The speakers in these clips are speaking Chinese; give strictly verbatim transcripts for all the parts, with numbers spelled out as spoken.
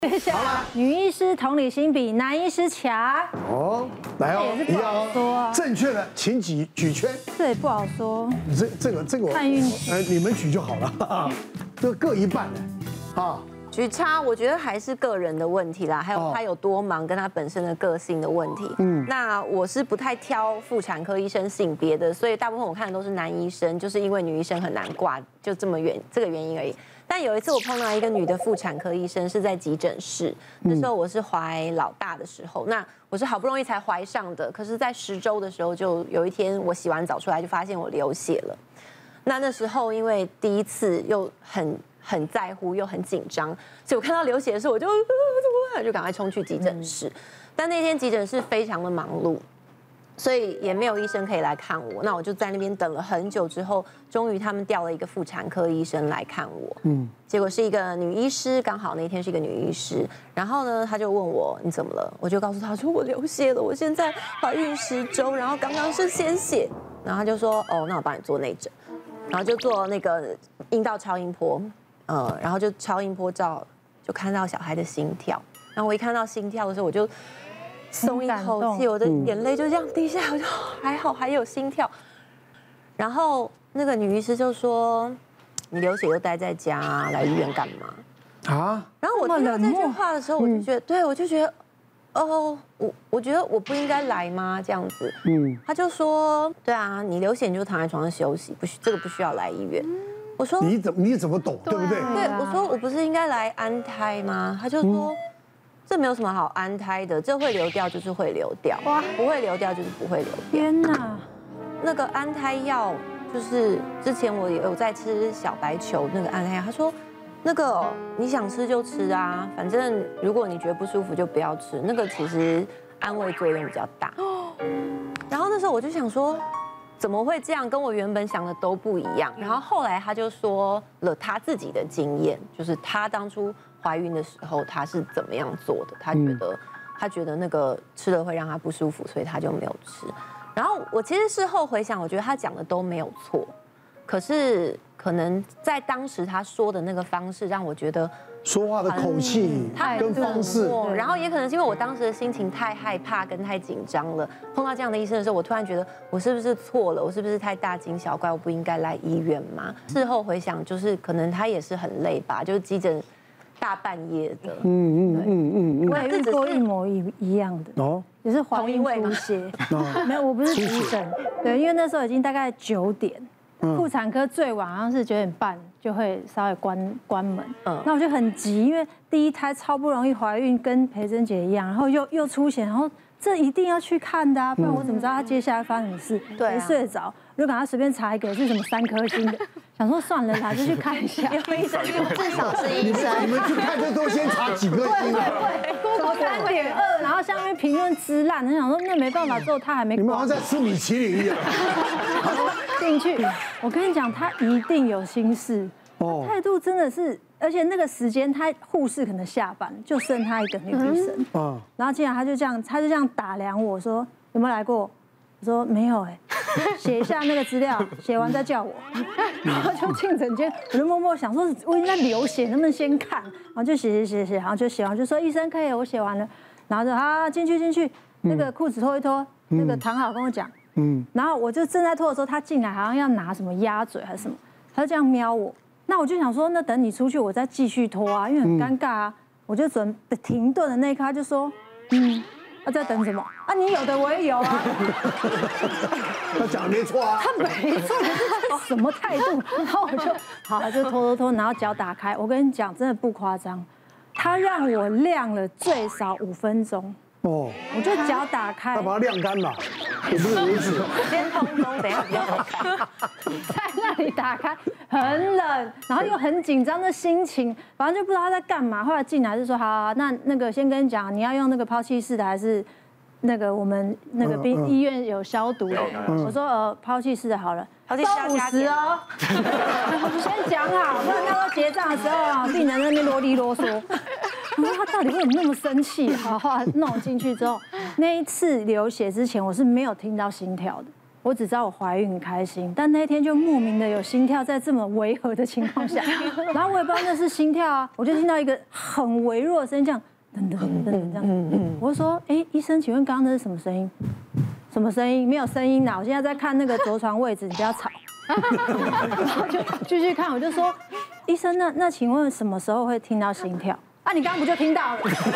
接下来，女医师同理心比男医师强。 哦，来哦， 也是不好说啊。 正确的，请举举圈。 这也不好说。 这这个这个我看运气， 呃，你们举就好了，这各一半的，啊。 举差，我觉得还是个人的问题啦，还有他有多忙，跟他本身的个性的问题。嗯，那我是不太挑妇产科医生性别的，所以大部分我看的都是男医生，就是因为女医生很难挂，就这么原这个原因而已。但有一次我碰到一个女的妇产科医生，是在急诊室，那时候我是怀老大的时候，那我是好不容易才怀上的，可是在十周的时候，就有一天我洗完澡出来就发现我流血了。那那时候因为第一次又很。很在乎又很紧张，所以我看到流血的时候，我就就赶快冲去急诊室。但那天急诊室非常的忙碌，所以也没有医生可以来看我。那我就在那边等了很久之后，终于他们调了一个妇产科医生来看我。嗯，结果是一个女医师，刚好那天是一个女医师。然后呢，他就问我你怎么了？我就告诉他说我流血了，我现在怀孕十周，然后刚刚是鲜血。然后他就说哦，那我帮你做内诊，然后就做那个阴道超音波。呃，然后就超音波照，就看到小孩的心跳。然后我一看到心跳的时候，我就松一口气，我的眼泪就这样滴下来，我就还好还有心跳。然后那个女医师就说：“你流血又待在家，来医院干嘛？”啊？然后我听到这句话的时候，我就觉得，对我就觉得，哦，我我觉得我不应该来吗？这样子。嗯。他就说：“对啊，你流血你就躺在床上休息，不需这个不需要来医院。”我说你怎么你怎么懂，对不对？ 对，我说我不是应该来安胎吗？他就说这没有什么好安胎的，这会流掉就是会流掉，不会流掉就是不会流掉。 天哪， 那个安胎药就是之前我有在吃小白球那个安胎药，他说那个你想吃就吃啊，反正如果你觉得不舒服就不要吃，那个其实安慰作用比较大。然后那时候我就想说。怎么会这样？跟我原本想的都不一样。然后后来他就说了他自己的经验，就是他当初怀孕的时候他是怎么样做的。他觉得他觉得那个吃了会让他不舒服，所以他就没有吃。然后我其实事后回想，我觉得他讲的都没有错，可是可能在当时他说的那个方式让我觉得。 说话的口气跟方式， 然后也可能是因为我当时的心情太害怕跟太紧张了，碰到这样的医生的时候，我突然觉得我是不是错了？我是不是太大惊小怪？我不应该来医院吗？事后回想，就是可能他也是很累吧，就是急诊大半夜的。嗯嗯嗯嗯，我也遇过一模一一样的哦，也是怀孕出血，没有，我不是急诊，对，因为那时候已经大概九点。妇产科最晚好像是九点半就会稍微关关门，嗯，那我就很急，因为第一胎超不容易怀孕，跟培珍姐一样，然后又又出血，然后这一定要去看的啊，不然我怎么知道她接下来发生什么事？对，没睡得着，我就赶快随便查一个是什么三颗星的，想说算了啦，就去看一下。 有医生，至少是医生。 你们去看就都先查几颗星啊？ 什么三点二，然后下面评论之烂，他想说那没办法，之后他还没。 你们好像在吃米其林一样。 进去，我跟你讲，他一定有心事哦，态度真的是，而且那个时间，他护士可能下班，就剩他一个女医生，嗯，然后进来他就这样，他就这样打量我说有没有来过？我说没有哎，写一下那个资料，写完再叫我，然后就进诊间，我就默默想说我应该流血，能不能先看？然后就写写写写，然后就写完就说医生可以，我写完了，然后就啊进去进去，那个裤子脱一脱，那个躺好跟我讲。嗯，然后我就正在脱的时候，他进来好像要拿什么鸭嘴还是什么，他就这样瞄我。那我就想说，那等你出去，我再继续脱啊，因为很尴尬啊。我就准备停顿的那一刻，他就说，嗯，他在等什么？啊，你有的我也有啊。 他讲的没错啊。 他没错，可是这什么态度？然后我就好，就脱脱脱，然后脚打开。我跟你讲，真的不夸张，他让我晾了最少五分钟。哦，我就脚打开， 要把它晾干嘛？也不是如此。 先通风，等一下比较好看。 在那里打开，很冷，然后又很紧张的心情，反正就不知道他在干嘛。后来进来就说：“好，好，那那个先跟你讲，你要用那个抛弃式的还是那个我们那个病医院有消毒的？”我说：“呃，抛弃式的好了。”收五十哦，先讲好，不然到时候结账的时候啊，病人在那边啰里啰嗦。我说他到底为什么那么生气？好，后来弄进去之后，那一次流血之前我是没有听到心跳的， 我只知道我怀孕很开心，但那天就莫名的有心跳，在这么违和的情况下，然后我也不知道那是心跳啊，我就听到一个很微弱的声音，这样噔噔噔噔这样。我就说，哎，医生，请问刚刚那是什么声音？什么声音？没有声音啊！我现在在看那个着床位置，你不要吵。然后就继续看，我就说，医生，那那请问什么时候会听到心跳？啊，你刚刚不就听到了？就是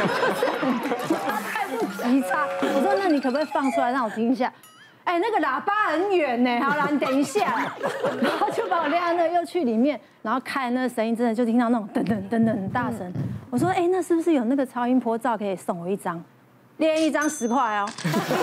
态度极差。我说，那你可不可以放出来让我听一下？哎，那个喇叭很远呢，好啦，你等一下。然后就把我晾在那，又去里面，然后开那个声音，真的就听到那种噔噔噔噔很大声。我说，哎，那是不是有那个超音波照可以送我一张？练一张十块哦。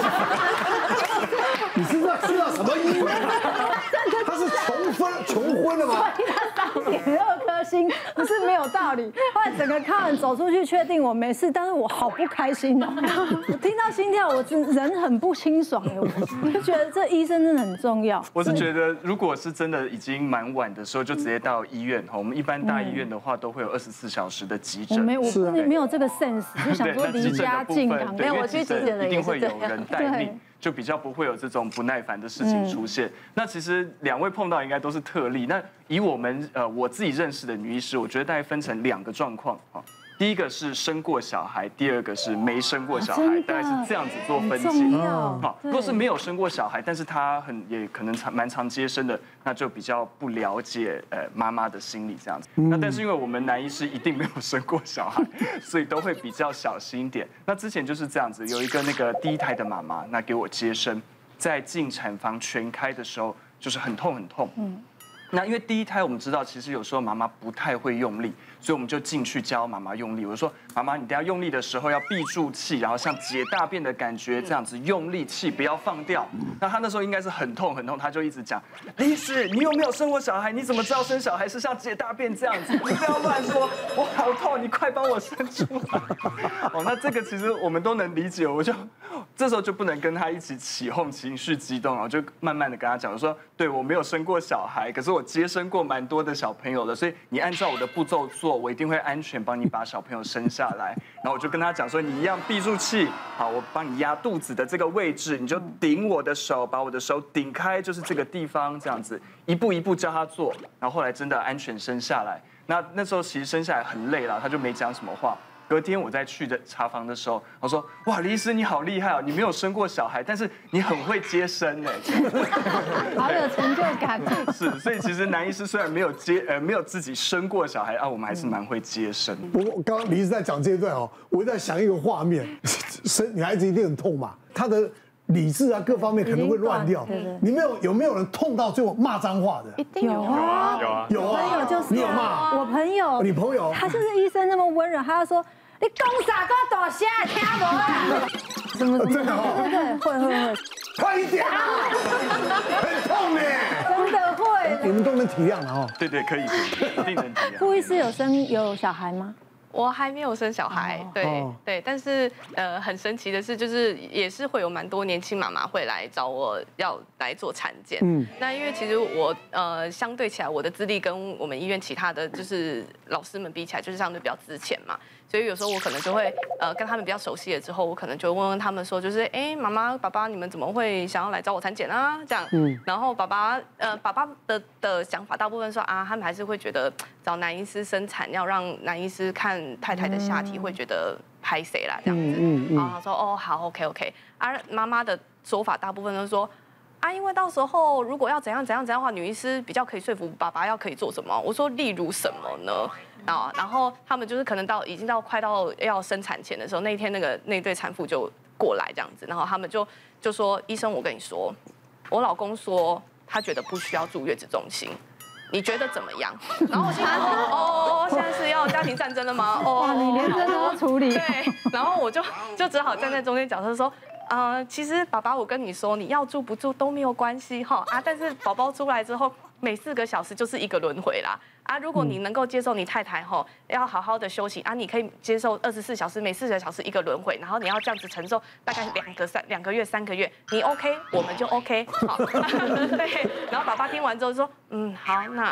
你知道知道什么音吗？他是穷分穷昏了吗？ 他三点二颗星，不是没有道理。后来整个看完走出去，确定我没事，但是我好不开心哦。我听到心跳，我真人很不清爽哎，我就觉得这医生真的很重要。 我是觉得，如果是真的已经蛮晚的时候，就直接到医院哈。我们一般大医院的话，都会有二十四小时的急诊。 我没，我没有这个 sense， 就想说离家近，赶快。 没有，我去急诊一定会有人待命。就比较不会有这种不耐烦的事情出现。那其实两位碰到应该都是特例。那以我们呃我自己认识的女医师，我觉得大概分成两个状况啊。第一个是生过小孩，第二个是没生过小孩，大概是这样子做分解。好，如果是没有生过小孩，但是他很也可能常蛮常接生的，那就比较不了解呃妈妈的心理这样子。那但是因为我们男医师一定没有生过小孩，所以都会比较小心一点。那之前就是这样子，有一个那个第一胎的妈妈，那给我接生，在进产房全开的时候，就是很痛很痛。嗯。那因为第一胎我们知道，其实有时候妈妈不太会用力，所以我们就进去教妈妈用力。我就说，妈妈，你等下用力的时候要闭住气，然后像解大便的感觉这样子用力气，不要放掉。那她那时候应该是很痛很痛，她就一直讲，李医师，你有没有生过小孩？你怎么知道生小孩是像解大便这样子？你不要乱说，我好痛，你快帮我生出来。哦，那这个其实我们都能理解，我就这时候就不能跟她一起起哄，情绪激动，然后就慢慢的跟她讲，我说，对我没有生过小孩，可是我。我接生过蛮多的小朋友了，所以你按照我的步骤做，我一定会安全帮你把小朋友生下来。然后我就跟他讲说，你一样闭住气，好，我帮你压肚子的这个位置，你就顶我的手，把我的手顶开，就是这个地方，这样子一步一步教他做。然后后来真的安全生下来。那那时候其实生下来很累了，他就没讲什么话。隔天我再去的查房的时候，我说哇，李医师你好厉害哦，你没有生过小孩，但是你很会接生哎， 好有成就感。 是，所以其实男医师虽然没有接呃没有自己生过小孩啊，我们还是蛮会接生。 我刚刚李医师在讲这一段哦，我在想一个画面，生女孩子一定很痛嘛，她的理智啊各方面可能会乱掉。你们有有没有人痛到最后骂脏话的？ 一定有啊， 有啊， 有啊。 朋友就是你有骂？ 我朋友， 你朋友， 他就是医生那么温柔，他就说。你讲啥个大声听无啊？什么什么？ 真的哦， 对对，会会会， 快一点啊！很痛呢， 真的会。 你们都能体谅的哦。 对对，可以，一定能体谅。 顾医师有生有小孩吗？ 我还没有生小孩，对对，但是呃，很神奇的是，就是也是会有蛮多年轻妈妈会来找我要来做产检。嗯，那因为其实我呃相对起来，我的资历跟我们医院其他的就是老师们比起来，就是相对比较资浅嘛，所以有时候我可能就会呃跟他们比较熟悉了之后，我可能就问问他们说，就是哎，妈妈、爸爸，你们怎么会想要来找我产检啊？这样，嗯，然后爸爸呃爸爸的的想法，大部分说啊，他们还是会觉得找男医师生产要让男医师看太太的下体，会觉得拍谁啦这样子，然后他说哦好 OK OK， 而妈妈的说法大部分都说。啊，因为到时候如果要怎样怎样怎样的话，女医师比较可以说服爸爸要可以做什么。我说例如什么呢？啊，然后他们就是可能到已经到快到要生产前的时候，那一天那个那对产妇就过来这样子，然后他们就就说医生，我跟你说，我老公说他觉得不需要住月子中心。你觉得怎么样？然后我心想说，哦，现在是要家庭战争了吗？哦， 你连这都要处理。 对，然后我就就只好站在中间角色说。呃，其实爸爸，我跟你说，你要住不住都没有关系哈啊，但是宝宝出来之后，每四个小时就是一个轮回啦啊。如果你能够接受你太太哈要好好的休息啊，你可以接受二十四小时每四个小时一个轮回，然后你要这样子承受大概两个三两个月三个月，你 OK 我们就 OK 好，对。然后爸爸听完之后说，嗯好，那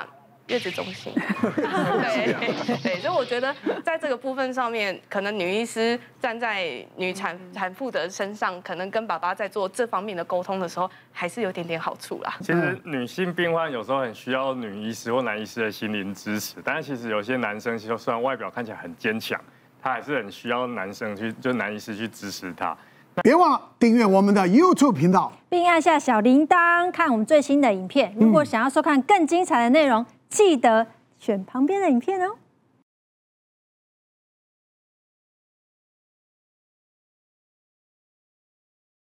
月子中心。对对，所以我觉得在这个部分上面，可能女医师站在女产产妇的身上，可能跟爸爸在做这方面的沟通的时候，还是有点点好处啦。 其实女性病患有时候很需要女医师或男医师的心灵支持，但是其实有些男生其实虽然外表看起来很坚强，他还是很需要男生去就男医师去支持他。 别忘了订阅我们的 YouTube 频道， 并按下小铃铛看我们最新的影片。如果想要收看更精彩的内容，记得选旁边的影片哦。